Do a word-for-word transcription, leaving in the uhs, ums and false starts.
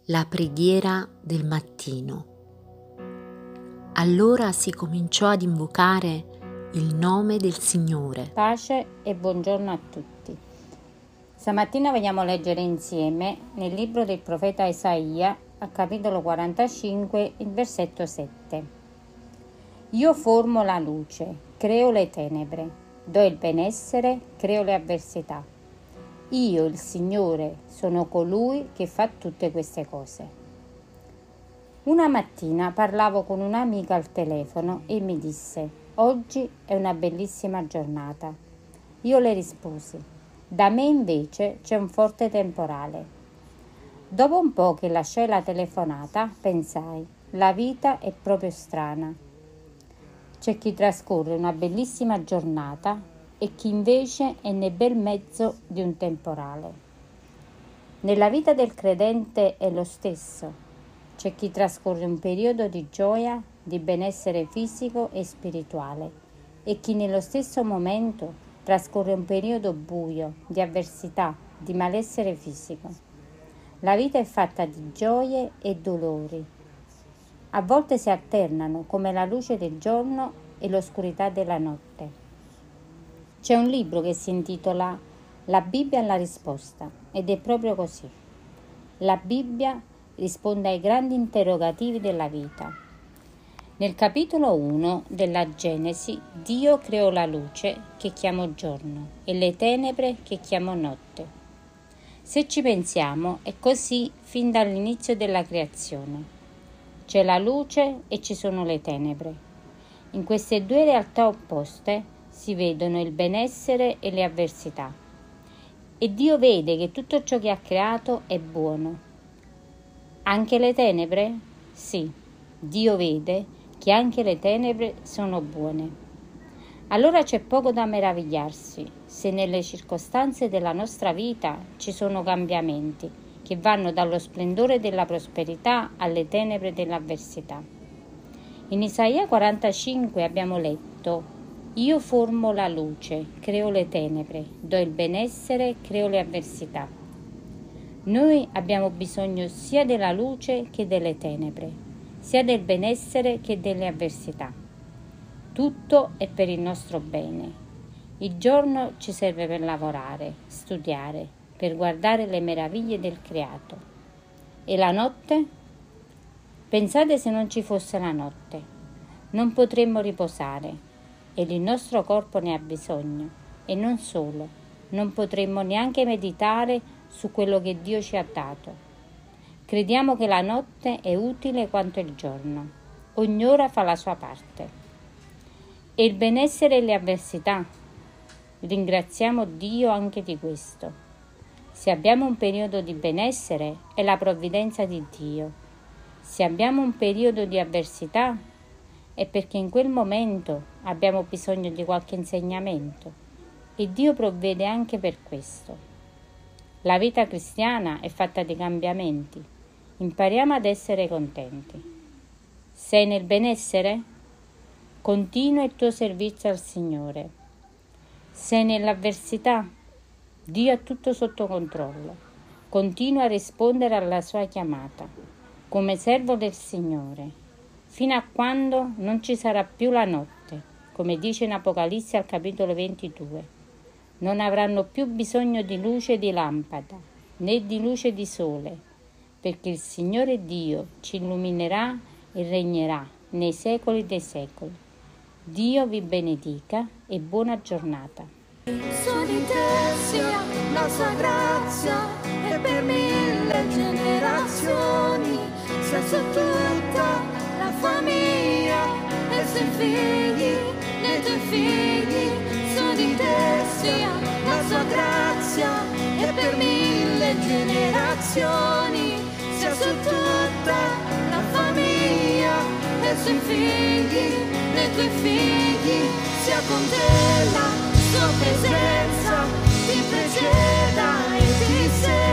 La preghiera del mattino. Allora si cominciò ad invocare il nome del Signore. Pace e buongiorno a tutti. Stamattina vogliamo leggere insieme nel libro del profeta Isaia, al capitolo quarantacinque, il versetto sette. Io formo la luce, creo le tenebre, do il benessere, creo le avversità. Io, il Signore, sono colui che fa tutte queste cose. Una mattina parlavo con un'amica al telefono e mi disse: oggi è una bellissima giornata. Io le risposi: da me invece c'è un forte temporale. Dopo un po' che lasciai la telefonata, pensai: la vita è proprio strana. C'è chi trascorre una bellissima giornata e chi invece è nel bel mezzo di un temporale. Nella vita del credente è lo stesso. C'è chi trascorre un periodo di gioia, di benessere fisico e spirituale e chi nello stesso momento trascorre un periodo buio, di avversità, di malessere fisico. La vita è fatta di gioie e dolori. A volte si alternano come la luce del giorno e l'oscurità della notte. C'è un libro che si intitola La Bibbia alla risposta ed è proprio così. La Bibbia risponde ai grandi interrogativi della vita. Nel capitolo uno della Genesi, Dio creò la luce che chiamo giorno e le tenebre che chiamo notte. Se ci pensiamo, è così fin dall'inizio della creazione. C'è la luce e ci sono le tenebre. In queste due realtà opposte si vedono il benessere e le avversità. E Dio vede che tutto ciò che ha creato è buono. Anche le tenebre? Sì, Dio vede che anche le tenebre sono buone. Allora c'è poco da meravigliarsi se nelle circostanze della nostra vita ci sono cambiamenti che vanno dallo splendore della prosperità alle tenebre dell'avversità. In Isaia quarantacinque abbiamo letto: io formo la luce, creo le tenebre, do il benessere, creo le avversità. Noi abbiamo bisogno sia della luce che delle tenebre, sia del benessere che delle avversità. Tutto è per il nostro bene. Il giorno ci serve per lavorare, studiare, per guardare le meraviglie del creato. E la notte? Pensate se non ci fosse la notte. Non potremmo riposare. Ed il nostro corpo ne ha bisogno, e non solo, non potremmo neanche meditare su quello che Dio ci ha dato. Crediamo che la notte è utile quanto il giorno, ogni ora fa la sua parte. E il benessere e le avversità? Ringraziamo Dio anche di questo. Se abbiamo un periodo di benessere, è la provvidenza di Dio. Se abbiamo un periodo di avversità, è perché in quel momento abbiamo bisogno di qualche insegnamento e Dio provvede anche per questo. La vita cristiana è fatta di cambiamenti. Impariamo ad essere contenti. Sei nel benessere? Continua il tuo servizio al Signore. Sei nell'avversità? Dio ha tutto sotto controllo. Continua a rispondere alla sua chiamata come servo del Signore, fino a quando non ci sarà più la notte, come dice in Apocalisse al capitolo ventidue. Non avranno più bisogno di luce di lampada, né di luce di sole, perché il Signore Dio ci illuminerà e regnerà nei secoli dei secoli. Dio vi benedica e buona giornata. Su di te sia la sua grazia e per mille generazioni, sia su tutta la famiglia e sui figli dei tuoi figli. Su di te sia la sua grazia e per mille generazioni, sia su tutta la famiglia e sui figli dei tuoi figli. Sia con te la sua presenza ti preceda e ti segua.